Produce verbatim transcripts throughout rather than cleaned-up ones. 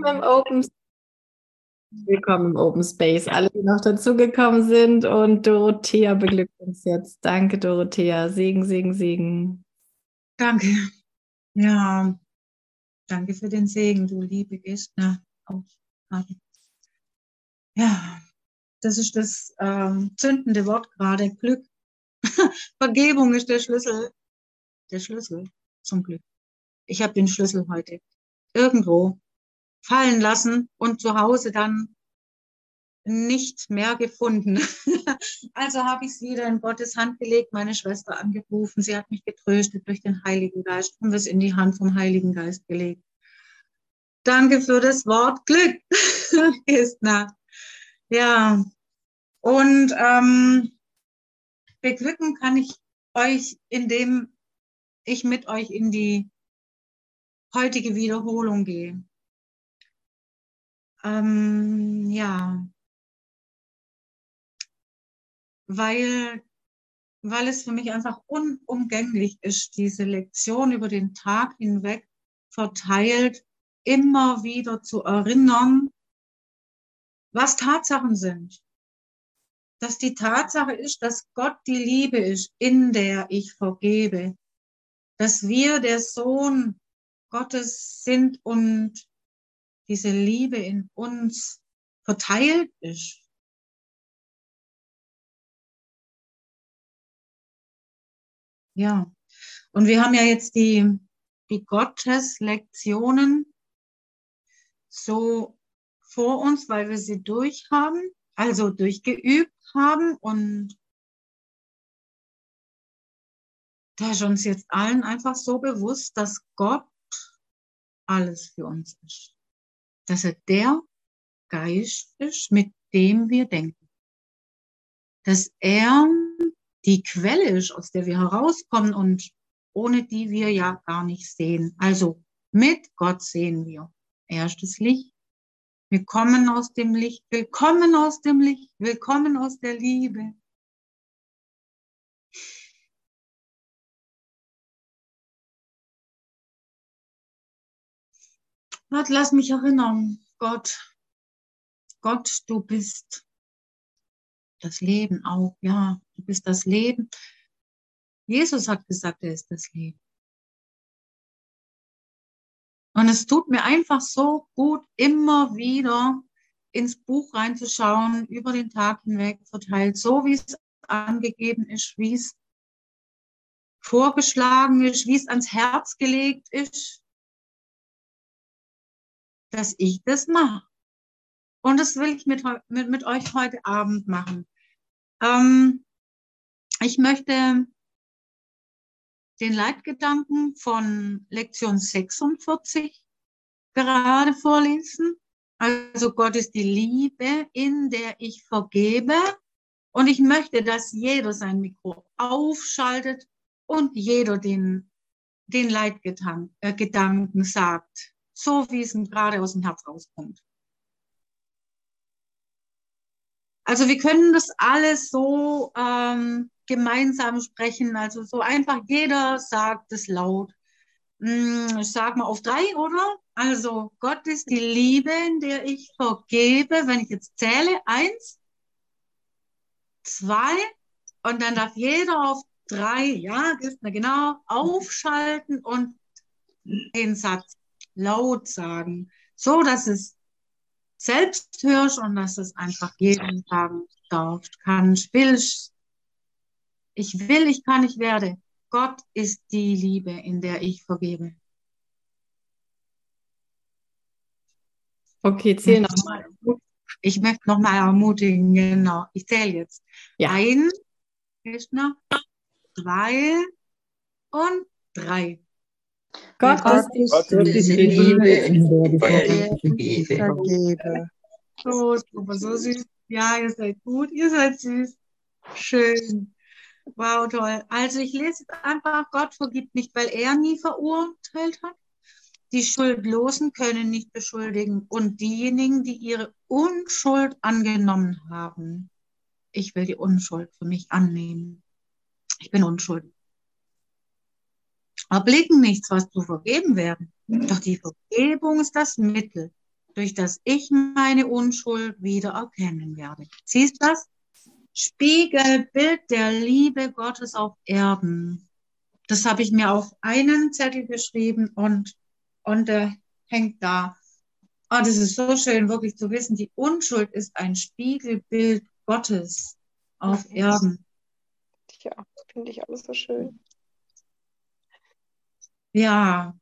im Open, willkommen im Open Space. Alle, die noch dazugekommen sind. Und Dorothea beglückt uns jetzt. Danke, Dorothea. Segen, Segen, Segen. Danke. Ja, danke für den Segen, du liebe Gestner. Ja, das ist das ähm, zündende Wort gerade. Glück. Vergebung ist der Schlüssel. Der Schlüssel zum Glück. Ich habe den Schlüssel heute irgendwo fallen lassen und zu Hause dann nicht mehr gefunden. Also habe ich es wieder in Gottes Hand gelegt, meine Schwester angerufen. Sie hat mich getröstet durch den Heiligen Geist und es in die Hand vom Heiligen Geist gelegt. Danke für das Wort Glück, Estner. Ja, und ähm, beglücken kann ich euch, indem ich mit euch in die heutige Wiederholung gehe. Ähm, ja, weil, weil es für mich einfach unumgänglich ist, diese Lektion über den Tag hinweg verteilt, immer wieder zu erinnern, was Tatsachen sind. Dass die Tatsache ist, dass Gott die Liebe ist, in der ich vergebe. Dass wir der Sohn Gottes sind und diese Liebe in uns verteilt ist. Ja, und wir haben ja jetzt die, die Gotteslektionen so vor uns, weil wir sie durchhaben, also durchgeübt haben. Und da ist uns jetzt allen einfach so bewusst, dass Gott alles für uns ist. Dass er der Geist ist, mit dem wir denken. Dass er die Quelle ist, aus der wir herauskommen und ohne die wir ja gar nicht sehen. Also mit Gott sehen wir. Er ist das Licht. Wir kommen aus dem Licht. Willkommen aus dem Licht. Willkommen aus der Liebe. Gott, lass mich erinnern. Gott, Gott, du bist das Leben auch. Ja, du bist das Leben. Jesus hat gesagt, er ist das Leben. Und es tut mir einfach so gut, immer wieder ins Buch reinzuschauen, über den Tag hinweg verteilt, so wie es angegeben ist, wie es vorgeschlagen ist, wie es ans Herz gelegt ist, dass ich das mache. Und das will ich mit, mit, mit euch heute Abend machen. Ähm, ich möchte den Leitgedanken von Lektion sechsundvierzig gerade vorlesen. Also Gott ist die Liebe, in der ich vergebe. Und ich möchte, dass jeder sein Mikro aufschaltet und jeder den, den Leitgedanken äh, Gedanken sagt, so wie es ihm gerade aus dem Herz rauskommt. Also wir können das alles so ähm, gemeinsam sprechen, also so einfach jeder sagt es laut. Ich sag mal auf drei, oder? Also Gott ist die Liebe, in der ich vergebe. Wenn ich jetzt zähle, eins, zwei, und dann darf jeder auf drei, ja, genau, aufschalten und den Satz laut sagen, so dass es selbst hörst und dass es einfach jedem sagen darf, kann, willst. Ich will, ich kann, ich werde. Gott ist die Liebe, in der ich vergebe. Okay, zähl nochmal. Ich möchte nochmal ermutigen, genau. Ich zähle jetzt. Ja. Ein, zwei und drei. Gott, Gott ist, ist Gott die Liebe, in der ich vergebe. So, super, so süß. Ja, ihr seid gut, ihr seid süß. Schön. Wow, toll. Also ich lese jetzt einfach, Gott vergibt nicht, weil er nie verurteilt hat. Die Schuldlosen können nicht beschuldigen und diejenigen, die ihre Unschuld angenommen haben. Ich will die Unschuld für mich annehmen. Ich bin unschuldig. Erblicken nichts, was zu vergeben werden. Doch die Vergebung ist das Mittel, durch das ich meine Unschuld wieder erkennen werde. Siehst du das? Spiegelbild der Liebe Gottes auf Erden. Das habe ich mir auf einen Zettel geschrieben und, und der hängt da. Oh, das ist so schön, wirklich zu wissen, die Unschuld ist ein Spiegelbild Gottes auf Mhm. Erden. Ja, finde ich alles so schön. Ja,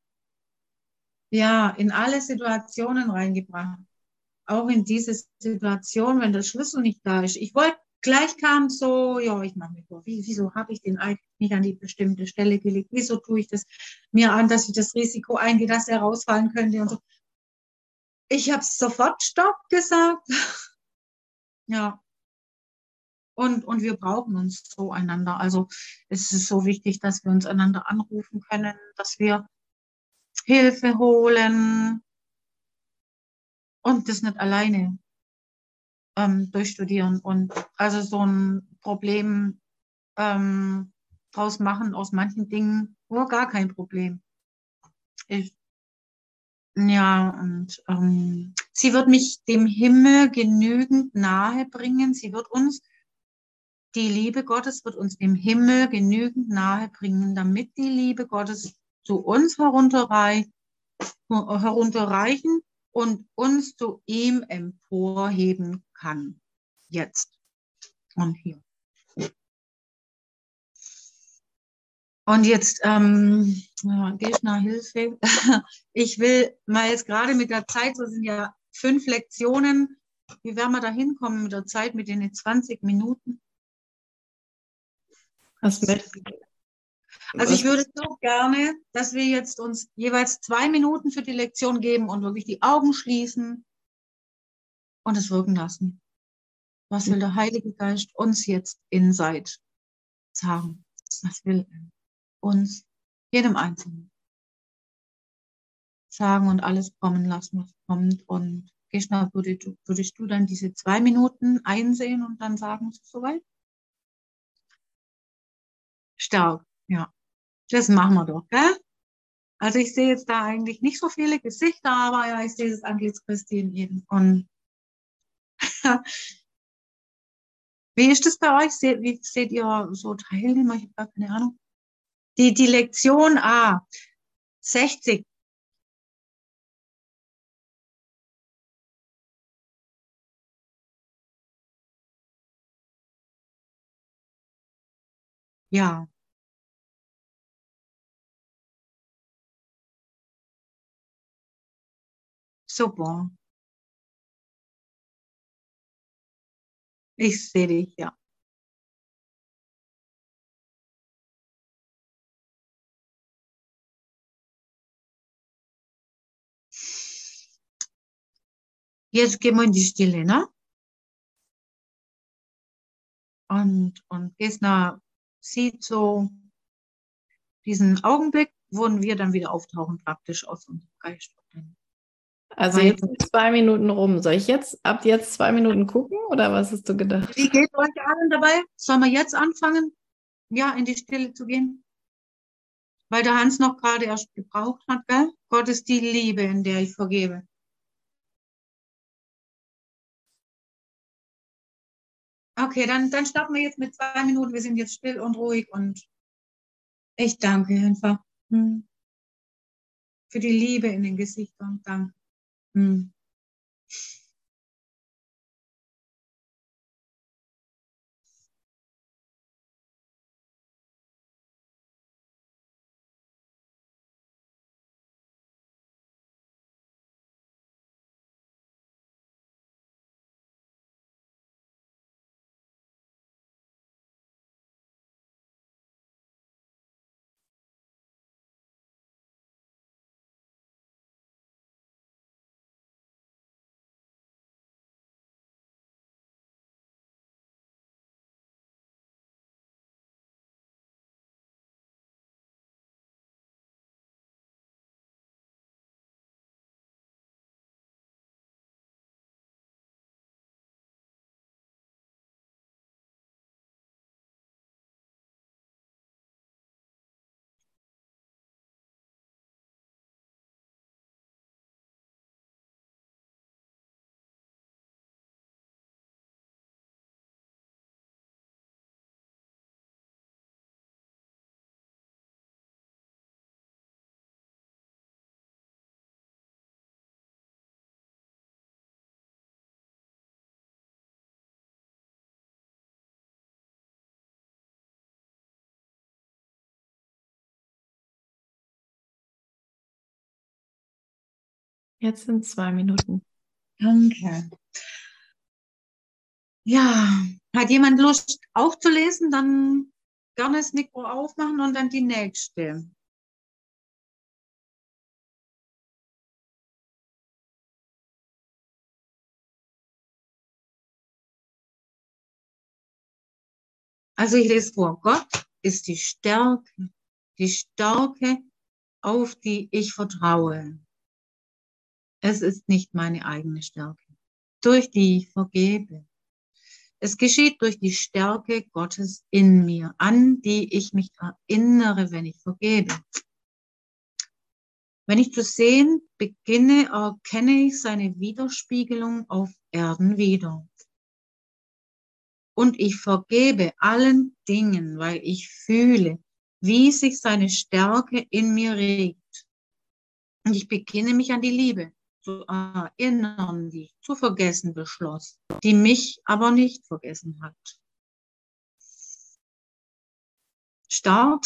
ja, in alle Situationen reingebracht. Auch in diese Situation, wenn der Schlüssel nicht da ist. Ich wollte, gleich kam so, ja, ich mache mir vor, wie, wieso habe ich den eigentlich nicht an die bestimmte Stelle gelegt? Wieso tue ich das mir an, dass ich das Risiko eingehe, dass er rausfallen könnte und so. Ich habe sofort Stopp gesagt. Ja. Und, und wir brauchen uns so einander. Also es ist so wichtig, dass wir uns einander anrufen können, dass wir Hilfe holen und das nicht alleine ähm, durchstudieren und also so ein Problem ähm, draus machen aus manchen Dingen, nur gar kein Problem. Ich, ja, und ähm, sie wird mich dem Himmel genügend nahe bringen. Sie wird uns, die Liebe Gottes wird uns dem Himmel genügend nahe bringen, damit die Liebe Gottes zu uns herunterreich, herunterreichen und uns zu ihm emporheben kann. Jetzt und hier. Und jetzt ähm, ja, gehe ich nach Hilfe. Ich will mal jetzt gerade mit der Zeit, so sind ja fünf Lektionen. Wie werden wir da hinkommen mit der Zeit, mit den zwanzig Minuten? Was möchtest Also ich würde so gerne, dass wir jetzt uns jeweils zwei Minuten für die Lektion geben und wirklich die Augen schließen und es wirken lassen. Was will der Heilige Geist uns jetzt inside sagen? Was will er uns, jedem Einzelnen, sagen und alles kommen lassen, was kommt? Und Krishna, würdest du, würdest du dann diese zwei Minuten einsehen und dann sagen, es ist soweit? Stark, ja. Das machen wir doch, gell? Also ich sehe jetzt da eigentlich nicht so viele Gesichter, aber ja, ich sehe das Antlitz Christi in jedem. Und wie ist das bei euch? Seht, wie seht ihr so Teilnehmer? Ich habe gar keine Ahnung. Die, die Lektion A, sechzig. Ja. Super. Ich sehe dich, ja. Jetzt gehen wir in die Stille, ne? Und, und Gesna sieht so diesen Augenblick, wo wir dann wieder auftauchen, praktisch aus unserem Geist. Also jetzt sind zwei Minuten rum. Soll ich jetzt ab jetzt zwei Minuten gucken oder was hast du gedacht? Wie geht euch allen dabei? Sollen wir jetzt anfangen, ja, in die Stille zu gehen? Weil der Hans noch gerade erst gebraucht hat, gell? Gott ist die Liebe, in der ich vergebe. Okay, dann, dann starten wir jetzt mit zwei Minuten. Wir sind jetzt still und ruhig und ich danke einfach hm, für die Liebe in den Gesichtern. Danke. Hm. Jetzt sind zwei Minuten. Danke. Ja, hat jemand Lust auch zu lesen? Dann gerne das Mikro aufmachen und dann die nächste. Also ich lese vor. Gott ist die Stärke, die Stärke, auf die ich vertraue. Es ist nicht meine eigene Stärke, durch die ich vergebe. Es geschieht durch die Stärke Gottes in mir, an die ich mich erinnere, wenn ich vergebe. Wenn ich zu sehen beginne, erkenne ich seine Widerspiegelung auf Erden wieder. Und ich vergebe allen Dingen, weil ich fühle, wie sich seine Stärke in mir regt. Und ich beginne mich an die Liebe zu erinnern, die ich zu vergessen beschloss, die mich aber nicht vergessen hat. Start.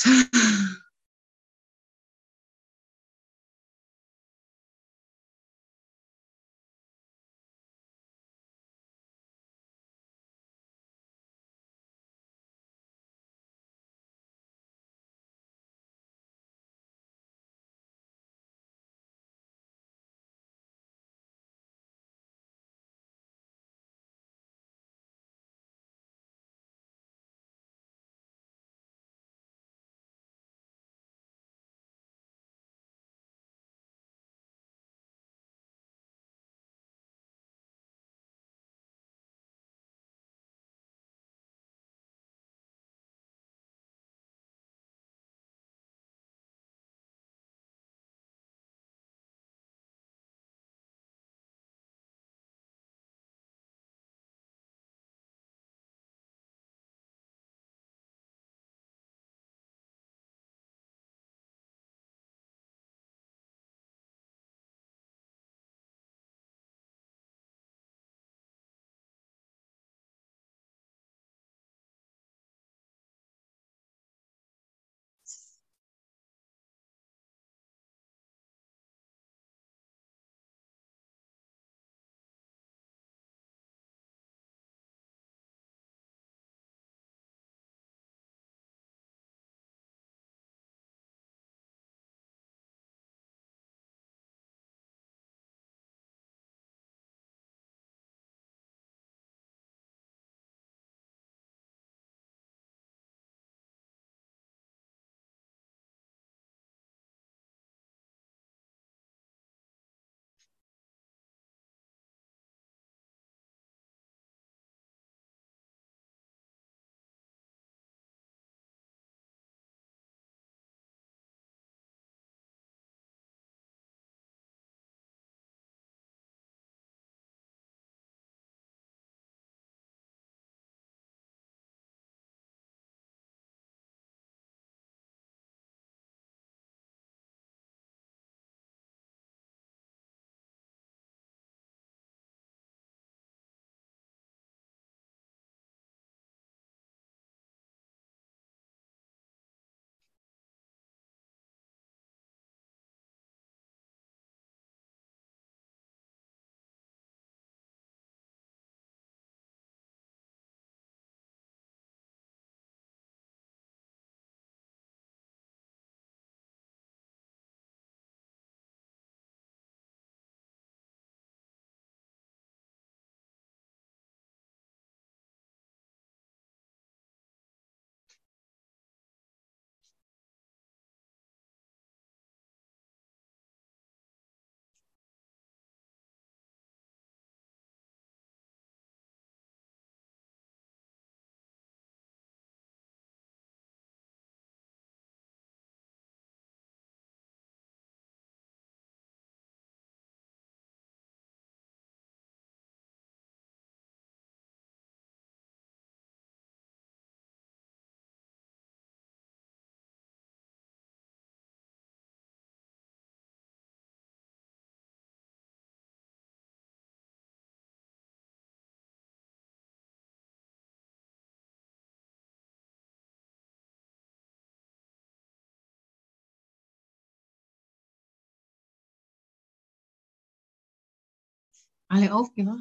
Alle aufgewacht?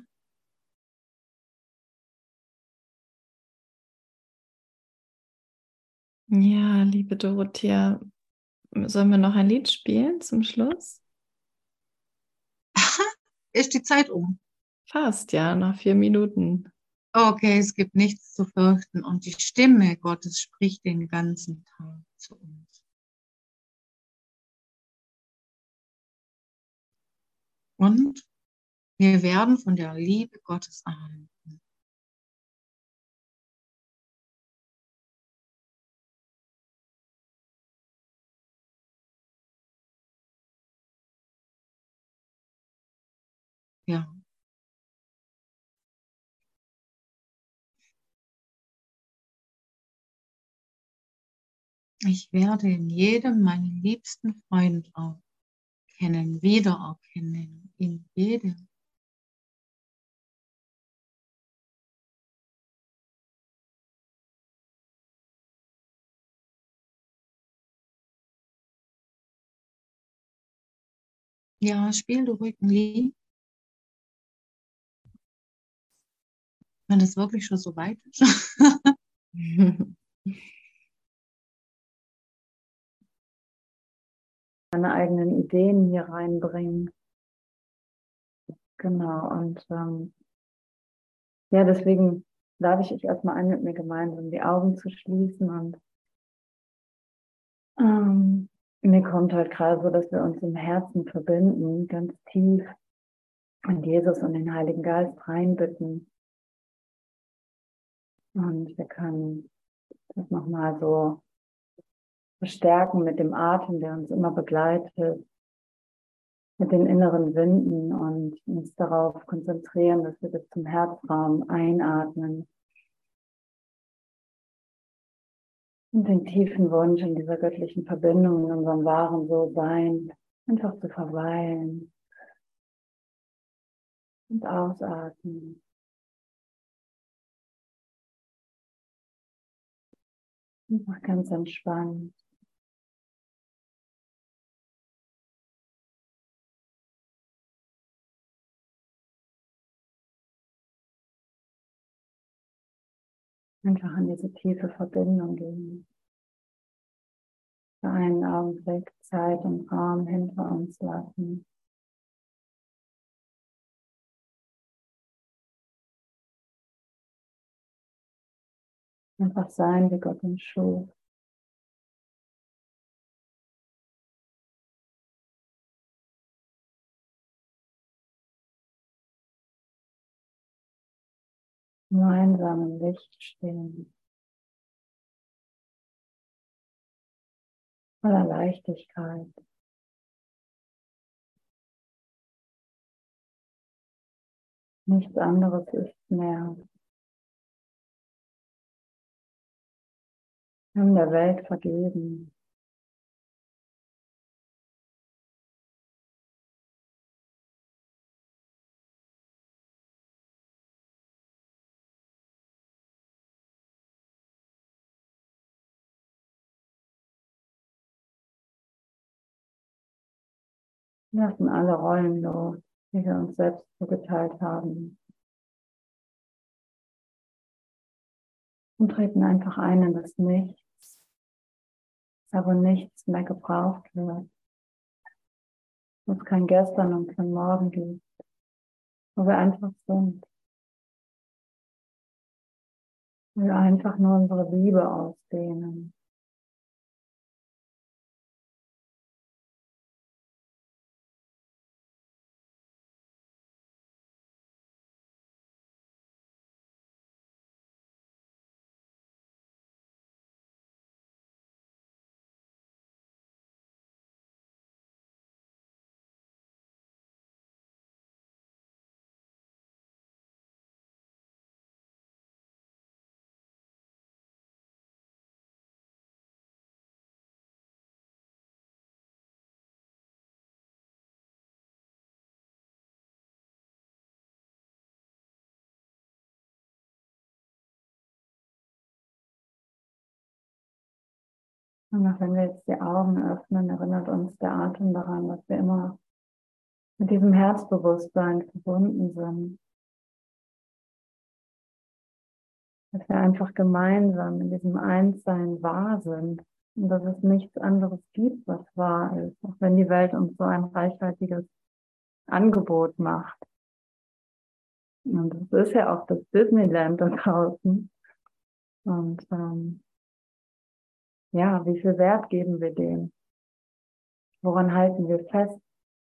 Ja, liebe Dorothea, sollen wir noch ein Lied spielen zum Schluss? Ist die Zeit um? Fast, ja, noch vier Minuten. Okay, es gibt nichts zu fürchten und die Stimme Gottes spricht den ganzen Tag zu uns. Und wir werden von der Liebe Gottes erhalten. Ja. Ich werde in jedem meinen liebsten Freund erkennen, wiedererkennen, in jedem. Ja, spiel du ruhig ein Lied, wenn es wirklich schon so weit ist. Meine eigenen Ideen hier reinbringen. Genau, und ähm, ja, deswegen lade ich euch erstmal ein, mit mir gemeinsam die Augen zu schließen. Und ähm, mir kommt halt gerade so, dass wir uns im Herzen verbinden, ganz tief und Jesus und den Heiligen Geist reinbitten. Und wir können das nochmal so verstärken mit dem Atem, der uns immer begleitet, mit den inneren Winden und uns darauf konzentrieren, dass wir bis zum Herzraum einatmen und den tiefen Wunsch in dieser göttlichen Verbindung, in unserem wahren So-Sein, einfach zu verweilen und ausatmen. Einfach ganz entspannt. Einfach in diese tiefe Verbindung gehen. Für einen Augenblick Zeit und Raum hinter uns lassen. Einfach sein, wie Gott uns schuf. Gemeinsam im Licht stehen. Voller Leichtigkeit. Nichts anderes ist mehr. Wir haben der Welt vergeben. Wir lassen alle Rollen los, die wir uns selbst zugeteilt haben. Und treten einfach ein in das Nichts, da wo nichts mehr gebraucht wird. Wo es kein Gestern und kein Morgen gibt. Wo wir einfach sind. Wo wir einfach nur unsere Liebe ausdehnen. Und auch wenn wir jetzt die Augen öffnen, erinnert uns der Atem daran, was wir immer mit diesem Herzbewusstsein verbunden sind. Dass wir einfach gemeinsam in diesem Einssein wahr sind und dass es nichts anderes gibt, was wahr ist, auch wenn die Welt uns so ein reichhaltiges Angebot macht. Und das ist ja auch das Disneyland da draußen. Und ähm, ja, wie viel Wert geben wir dem? Woran halten wir fest?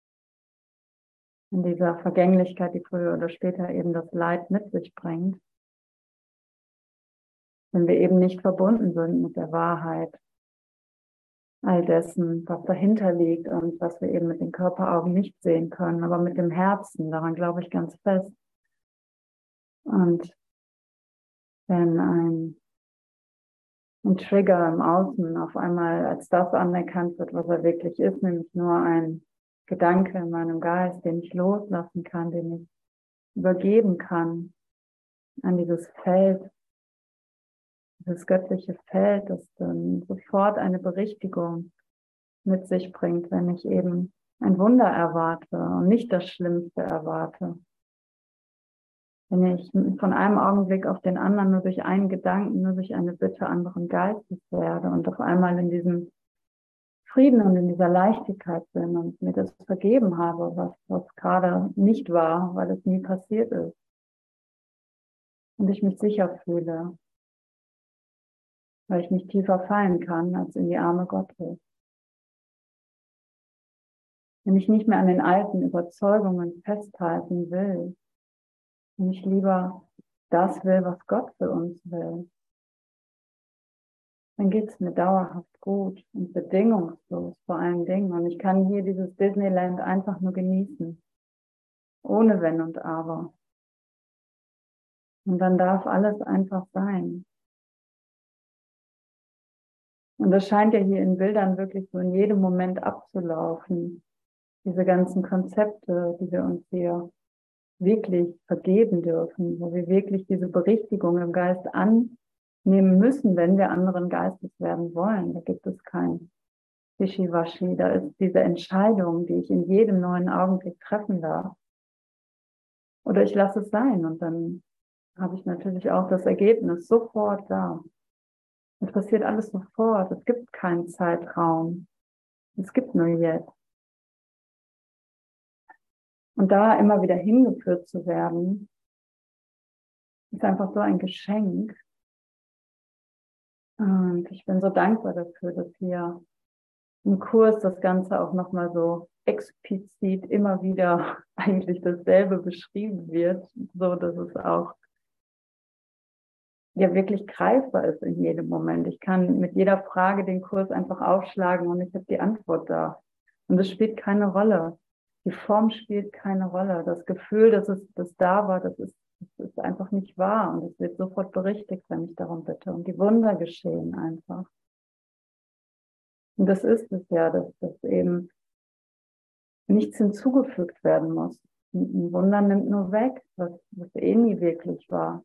In dieser Vergänglichkeit, die früher oder später eben das Leid mit sich bringt. Wenn wir eben nicht verbunden sind mit der Wahrheit, all dessen, was dahinter liegt und was wir eben mit den Körperaugen nicht sehen können, aber mit dem Herzen, daran glaube ich ganz fest. Und wenn ein, ein Trigger im Außen auf einmal als das anerkannt wird, was er wirklich ist, nämlich nur ein Gedanke in meinem Geist, den ich loslassen kann, den ich übergeben kann an dieses Feld, dieses göttliche Feld, das dann sofort eine Berichtigung mit sich bringt, wenn ich eben ein Wunder erwarte und nicht das Schlimmste erwarte. Wenn ich von einem Augenblick auf den anderen nur durch einen Gedanken, nur durch eine Bitte anderen Geistes werde und auf einmal in diesem Frieden und in dieser Leichtigkeit bin und mir das vergeben habe, was, was gerade nicht war, weil es nie passiert ist. Und ich mich sicher fühle, weil ich nicht tiefer fallen kann als in die Arme Gottes. Wenn ich nicht mehr an den alten Überzeugungen festhalten will, wenn ich lieber das will, was Gott für uns will, dann geht es mir dauerhaft gut und bedingungslos vor allen Dingen. Und ich kann hier dieses Disneyland einfach nur genießen, ohne Wenn und Aber. Und dann darf alles einfach sein. Und das scheint ja hier in Bildern wirklich so in jedem Moment abzulaufen. Diese ganzen Konzepte, die wir uns hier wirklich vergeben dürfen, wo wir wirklich diese Berichtigung im Geist annehmen müssen, wenn wir anderen Geistes werden wollen. Da gibt es kein Wischiwaschi, da ist diese Entscheidung, die ich in jedem neuen Augenblick treffen darf. Oder ich lasse es sein und dann habe ich natürlich auch das Ergebnis sofort da. Es passiert alles sofort, es gibt keinen Zeitraum, es gibt nur jetzt. Und da immer wieder hingeführt zu werden, ist einfach so ein Geschenk. Und ich bin so dankbar dafür, dass hier im Kurs das Ganze auch nochmal so explizit immer wieder eigentlich dasselbe beschrieben wird, so dass es auch ja wirklich greifbar ist in jedem Moment. Ich kann mit jeder Frage den Kurs einfach aufschlagen und ich habe die Antwort da. Und es spielt keine Rolle. Die Form spielt keine Rolle. Das Gefühl, dass es das da war, das ist, das ist einfach nicht wahr. Und es wird sofort berichtigt, wenn ich darum bitte. Und die Wunder geschehen einfach. Und das ist es ja, dass, dass eben nichts hinzugefügt werden muss. Ein Wunder nimmt nur weg, was, was eh nie wirklich war.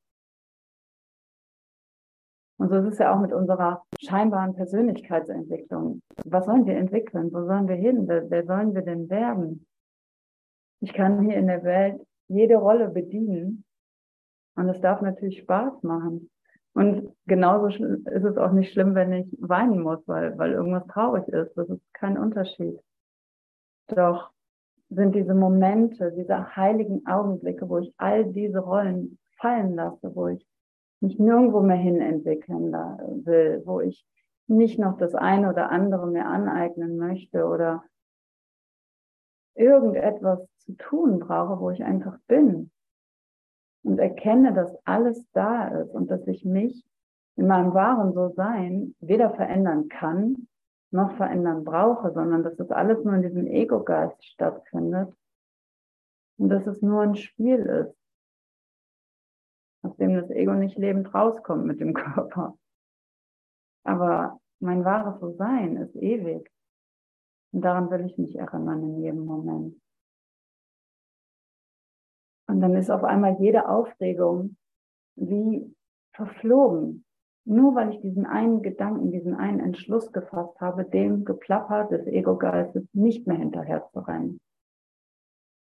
Und so ist es ja auch mit unserer scheinbaren Persönlichkeitsentwicklung. Was sollen wir entwickeln? Wo sollen wir hin? Wer, wer sollen wir denn werden? Ich kann hier in der Welt jede Rolle bedienen und es darf natürlich Spaß machen. Und genauso ist es auch nicht schlimm, wenn ich weinen muss, weil, weil irgendwas traurig ist. Das ist kein Unterschied. Doch sind diese Momente, diese heiligen Augenblicke, wo ich all diese Rollen fallen lasse, wo ich mich nirgendwo mehr hin entwickeln will, wo ich nicht noch das eine oder andere mir aneignen möchte oder irgendetwas zu tun brauche, wo ich einfach bin und erkenne, dass alles da ist und dass ich mich in meinem wahren So-Sein weder verändern kann, noch verändern brauche, sondern dass das alles nur in diesem Ego-Geist stattfindet und dass es nur ein Spiel ist, aus dem das Ego nicht lebend rauskommt mit dem Körper. Aber mein wahres So-Sein ist ewig. Und daran will ich mich erinnern in jedem Moment. Und dann ist auf einmal jede Aufregung wie verflogen. Nur weil ich diesen einen Gedanken, diesen einen Entschluss gefasst habe, dem Geplapper des Ego-Geistes nicht mehr hinterher zu rennen.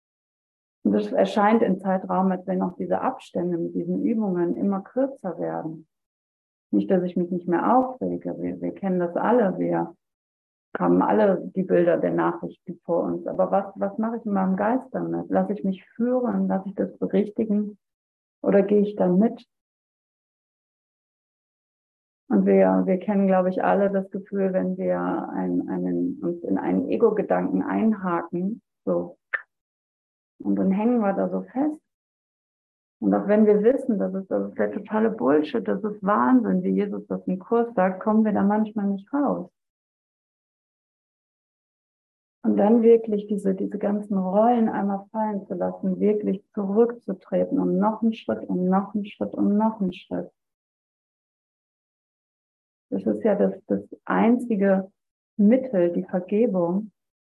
es erscheint im Zeitraum, als wenn auch diese Abstände mit diesen Übungen immer kürzer werden. Nicht, dass ich mich nicht mehr aufrege, wir, wir kennen das alle, wir haben alle die Bilder der Nachrichten vor uns. Aber was, was mache ich in meinem Geist damit? Lasse ich mich führen? Lasse ich das berichtigen? Oder gehe ich dann mit? Und wir, wir kennen, glaube ich, alle das Gefühl, wenn wir ein, einen, uns in einen Ego-Gedanken einhaken, so, und dann hängen wir da so fest. Und auch wenn wir wissen, das ist, das ist der totale Bullshit, das ist Wahnsinn, wie Jesus das im Kurs sagt, kommen wir da manchmal nicht raus. Und dann wirklich diese, diese ganzen Rollen einmal fallen zu lassen, wirklich zurückzutreten und noch einen Schritt und noch einen Schritt und noch einen Schritt. Das ist ja das, das einzige Mittel, die Vergebung,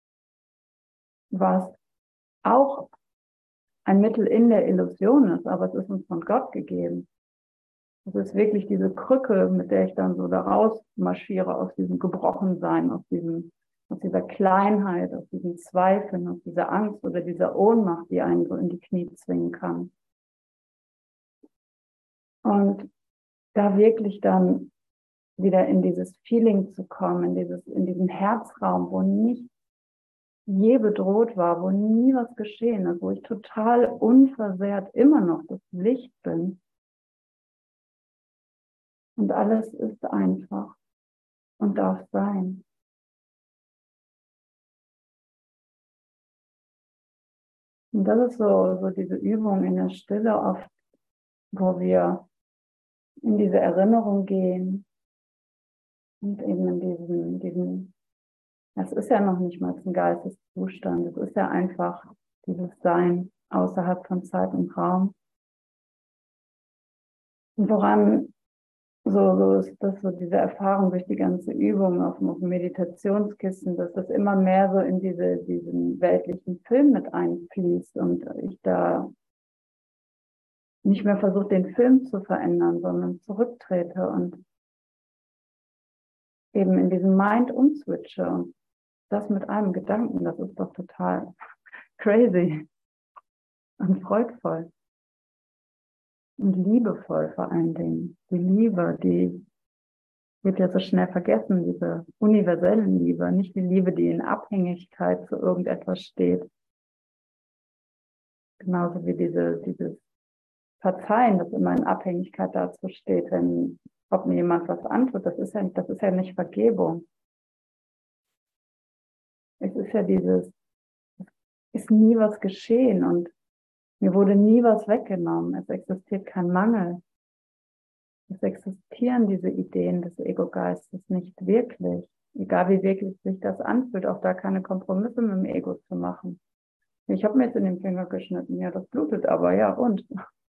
was auch ein Mittel in der Illusion ist, aber es ist uns von Gott gegeben. Es ist wirklich diese Krücke, mit der ich dann so da rausmarschiere aus diesem Gebrochensein, aus diesem, aus dieser Kleinheit, aus diesen Zweifeln, aus dieser Angst oder dieser Ohnmacht, die einen so in die Knie zwingen kann. Und da wirklich dann wieder in dieses Feeling zu kommen, in dieses, in diesen Herzraum, wo nicht je bedroht war, wo nie was geschehen ist, wo ich total unversehrt immer noch das Licht bin. Und alles ist einfach und darf sein. Und das ist so, so diese Übung in der Stille oft, wo wir in diese Erinnerung gehen und eben in diesen, diesen, es ist ja noch nicht mal ein Geisteszustand, es ist ja einfach dieses Sein außerhalb von Zeit und Raum. Und woran so, so ist das so diese Erfahrung durch die ganze Übung auf dem, auf dem Meditationskissen, dass das immer mehr so in diese, diesen weltlichen Film mit einfließt und ich da nicht mehr versuche, den Film zu verändern, sondern zurücktrete und eben in diesem Mind umswitche und das mit einem Gedanken, das ist doch total crazy und freudvoll. Und liebevoll vor allen Dingen. Die Liebe, die wird ja so schnell vergessen, diese universelle Liebe, nicht die Liebe, die in Abhängigkeit zu irgendetwas steht. Genauso wie diese, dieses Verzeihen, das immer in Abhängigkeit dazu steht, wenn, ob mir jemand was antut, das ist ja, das ist ja nicht Vergebung. Es ist ja dieses, es ist nie was geschehen und mir wurde nie was weggenommen. Es existiert kein Mangel. Es existieren diese Ideen des Ego-Geistes nicht wirklich. Egal wie wirklich sich das anfühlt, auch da keine Kompromisse mit dem Ego zu machen. Ich habe mir jetzt in den Finger geschnitten, ja, das blutet aber, ja, und?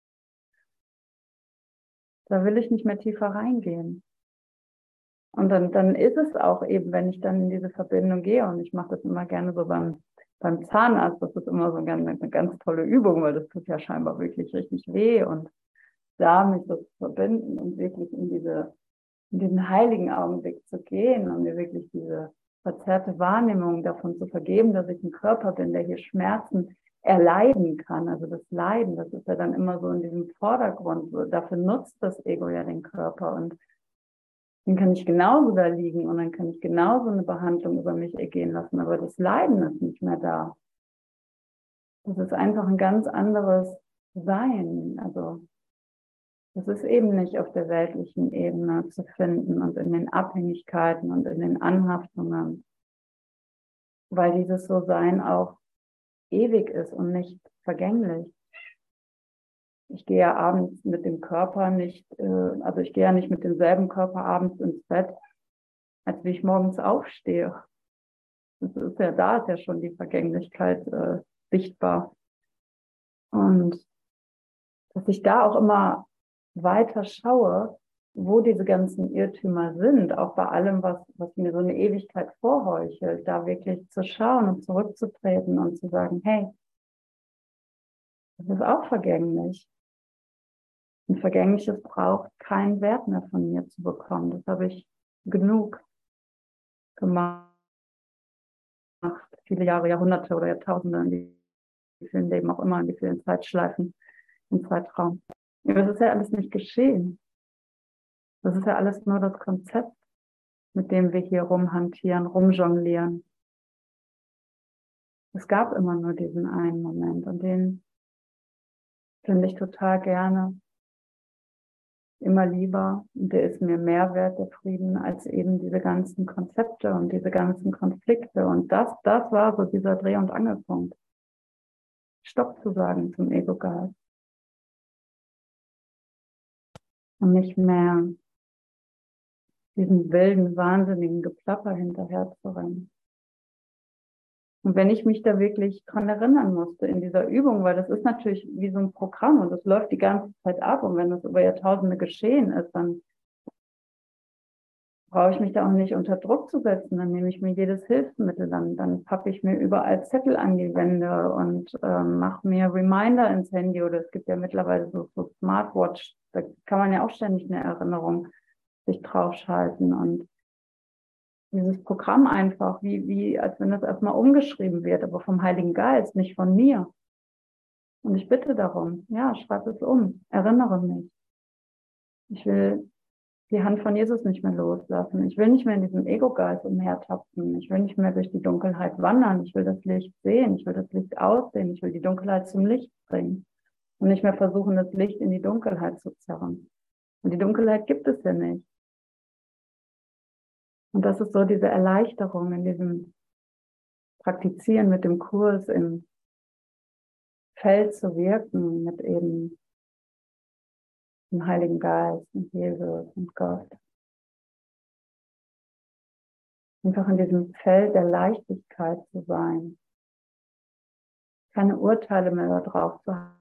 Da will ich nicht mehr tiefer reingehen. Und dann, dann ist es auch eben, wenn ich dann in diese Verbindung gehe, und ich mache das immer gerne so beim, beim Zahnarzt, das ist immer so eine, eine ganz tolle Übung, weil das tut ja scheinbar wirklich richtig weh und da mich so zu verbinden und wirklich in diese, in diesen heiligen Augenblick zu gehen und mir wirklich diese verzerrte Wahrnehmung davon zu vergeben, dass ich ein Körper bin, der hier Schmerzen erleiden kann. Also das Leiden, das ist ja dann immer so in diesem Vordergrund. Dafür nutzt das Ego ja den Körper und dann kann ich genauso da liegen und dann kann ich genauso eine Behandlung über mich ergehen lassen, aber das Leiden ist nicht mehr da. Das ist einfach ein ganz anderes Sein. Also das ist eben nicht auf der weltlichen Ebene zu finden und in den Abhängigkeiten und in den Anhaftungen, weil dieses So-Sein auch ewig ist und nicht vergänglich. Ich gehe ja abends mit dem Körper nicht, also ich gehe ja nicht mit demselben Körper abends ins Bett, als wie ich morgens aufstehe. Das ist ja, da ist ja schon die Vergänglichkeit äh, sichtbar. Und dass ich da auch immer weiter schaue, wo diese ganzen Irrtümer sind, auch bei allem, was, was mir so eine Ewigkeit vorheuchelt, da wirklich zu schauen und zurückzutreten und zu sagen, hey, das ist auch vergänglich. Und Vergängliches braucht keinen Wert mehr von mir zu bekommen. Das habe ich genug gemacht, viele Jahre, Jahrhunderte oder Jahrtausende, in wie vielen Leben auch immer, in wie vielen Zeitschleifen im Zeitraum. Aber das ist ja alles nicht geschehen. Das ist ja alles nur das Konzept, mit dem wir hier rumhantieren, rumjonglieren. Es gab immer nur diesen einen Moment und den finde ich total gerne, immer lieber. Und der ist mir mehr wert, der Frieden, als eben diese ganzen Konzepte und diese ganzen Konflikte. Und das, das war so dieser Dreh- und Angelpunkt. Stopp zu sagen zum Ego-Geist. Und nicht mehr diesen wilden, wahnsinnigen Geplapper hinterher zu rennen. Und wenn ich mich da wirklich dran erinnern musste in dieser Übung, weil das ist natürlich wie so ein Programm und das läuft die ganze Zeit ab und wenn das über Jahrtausende geschehen ist, dann brauche ich mich da auch nicht unter Druck zu setzen, dann nehme ich mir jedes Hilfsmittel, dann, dann pappe ich mir überall Zettel an die Wände und ähm, mache mir Reminder ins Handy oder es gibt ja mittlerweile so, so Smartwatch, da kann man ja auch ständig eine Erinnerung sich draufschalten und dieses Programm einfach, wie, wie, als wenn das erstmal umgeschrieben wird, aber vom Heiligen Geist, nicht von mir. Und ich bitte darum, ja, schreib es um, erinnere mich. Ich will die Hand von Jesus nicht mehr loslassen. Ich will nicht mehr in diesem Ego-Geist umhertapsen. Ich will nicht mehr durch die Dunkelheit wandern. Ich will das Licht sehen. Ich will das Licht aussehen. Ich will die Dunkelheit zum Licht bringen. Und nicht mehr versuchen, das Licht in die Dunkelheit zu zerren. Und die Dunkelheit gibt es ja nicht. Und das ist so diese Erleichterung in diesem Praktizieren mit dem Kurs im Feld zu wirken, mit eben dem Heiligen Geist und Jesus und Gott. Einfach in diesem Feld der Leichtigkeit zu sein. Keine Urteile mehr darauf zu haben.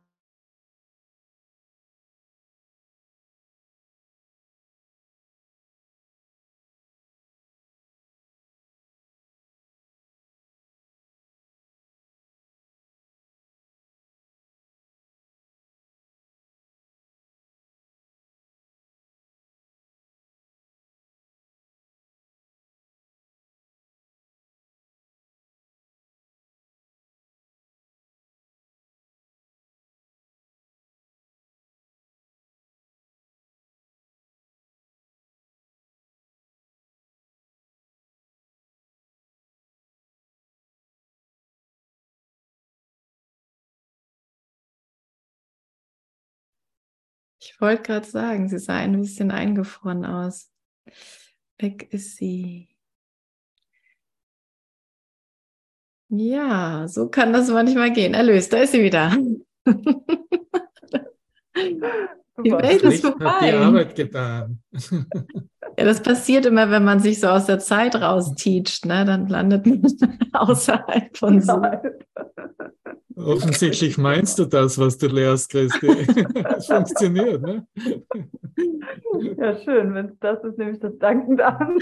Ich wollte gerade sagen, sie sah ein bisschen eingefroren aus. Weg ist sie. Ja, so kann das manchmal gehen. Erlöst, da ist sie wieder. Die Welt ist Das Licht hat die vorbei. Arbeit getan. Ja, das passiert immer, wenn man sich so aus der Zeit rausteacht, ne? Dann landet man außerhalb von so. Offensichtlich meinst du das, was du lehrst, Christi. Es funktioniert, ne? Ja, schön, wenn es das ist, nehme ich das dankend an.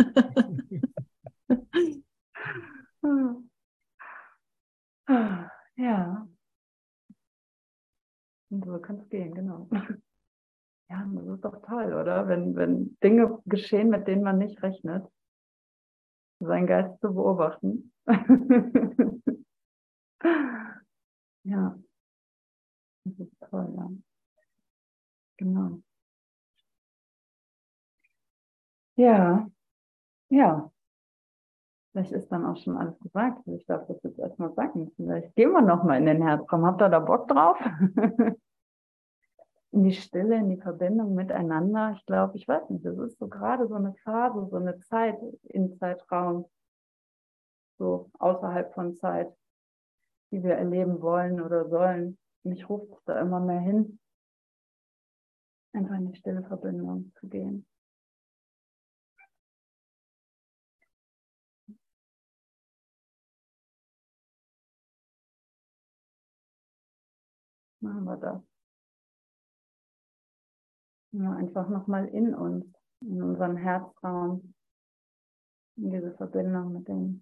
Ja. Und so kann es gehen, genau. Ja, das ist doch toll, oder? Wenn, wenn Dinge geschehen, mit denen man nicht rechnet, seinen Geist zu beobachten. Ja, das ist toll, ja. Genau. Ja, ja. Vielleicht ist dann auch schon alles gesagt. Ich darf das jetzt erstmal sagen. Vielleicht gehen wir nochmal in den Herzraum. Habt ihr da Bock drauf? In die Stille, in die Verbindung miteinander. Ich glaube, ich weiß nicht, das ist so gerade so eine Phase, so eine Zeit im Zeitraum, so außerhalb von Zeit, die wir erleben wollen oder sollen. Mich ruft es da immer mehr hin, einfach in die stille Verbindung zu gehen. Machen wir das. Ja, einfach nochmal in uns, in unseren Herzraum, in diese Verbindung mit dem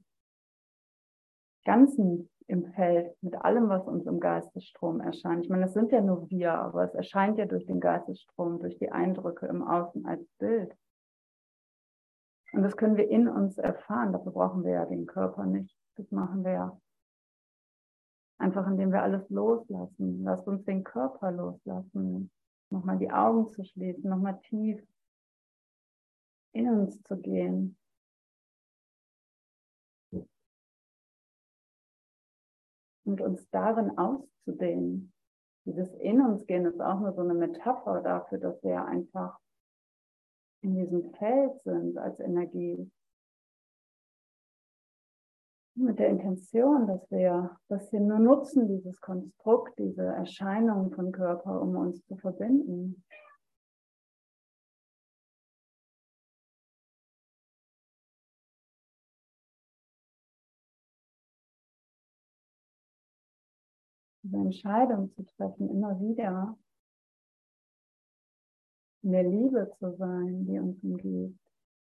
Ganzen im Feld, mit allem, was uns im Geistesstrom erscheint. Ich meine, das sind ja nur wir, aber es erscheint ja durch den Geistesstrom, durch die Eindrücke im Außen als Bild. Und das können wir in uns erfahren, dafür brauchen wir ja den Körper nicht. Das machen wir ja Einfach indem wir alles loslassen. Lasst uns den Körper loslassen. Nochmal die Augen zu schließen, nochmal tief in uns zu gehen. Und uns darin auszudehnen. Dieses In uns gehen ist auch nur so eine Metapher dafür, dass wir einfach in diesem Feld sind als Energie. Mit der Intention, dass wir, dass wir nur nutzen, dieses Konstrukt, diese Erscheinung von Körper, um uns zu verbinden. Diese Entscheidung zu treffen, immer wieder in der Liebe zu sein, die uns umgibt.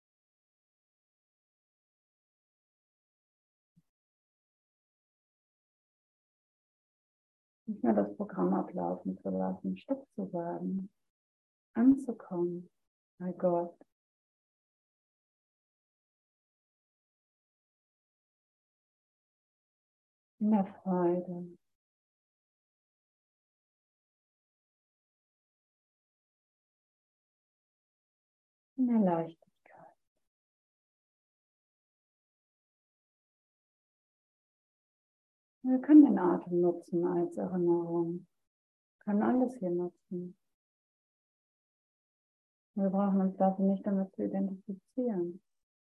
Nicht mehr das Programm ablaufen zu lassen, Stopp zu sagen, anzukommen bei Gott. In der Freude. In der Leichtigkeit. Wir können den Atem nutzen als Erinnerung. Wir können alles hier nutzen. Wir brauchen uns dafür nicht damit zu identifizieren.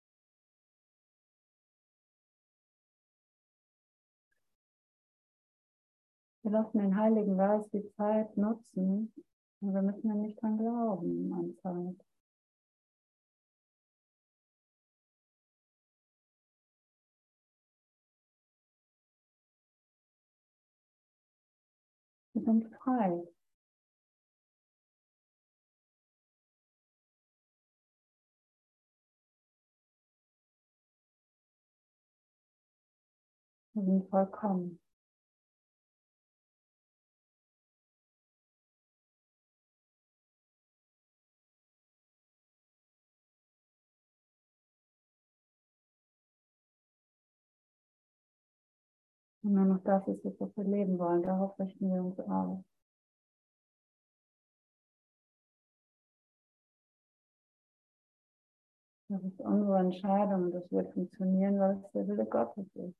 Wir lassen den Heiligen Geist die Zeit nutzen und wir müssen ja nicht dran glauben an Zeit. Wir sind frei. Wir sind vollkommen. Und nur noch das ist es, was wir leben wollen. Darauf richten wir uns aus. Das ist unsere Entscheidung und das wird funktionieren, weil es der Wille Gottes ist.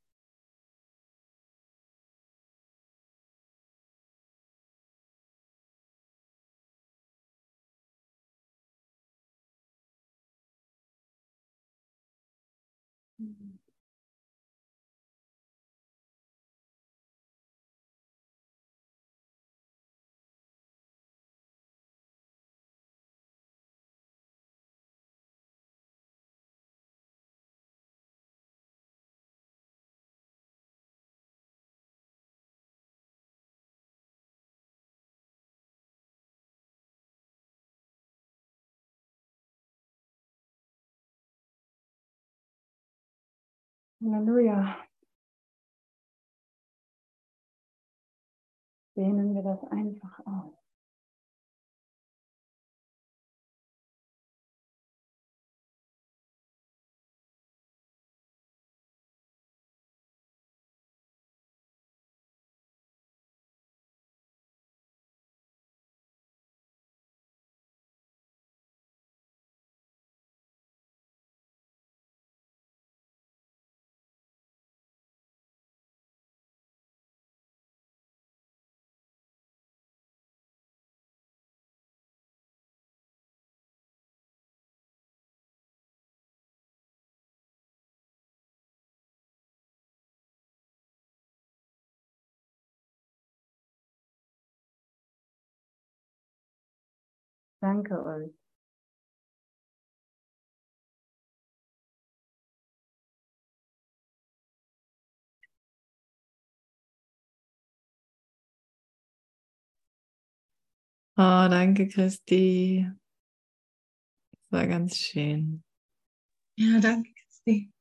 Mhm. Halleluja. Dehnen wir das einfach aus. Danke euch. Oh, danke, Christi. Das war ganz schön. Ja, danke, Christi.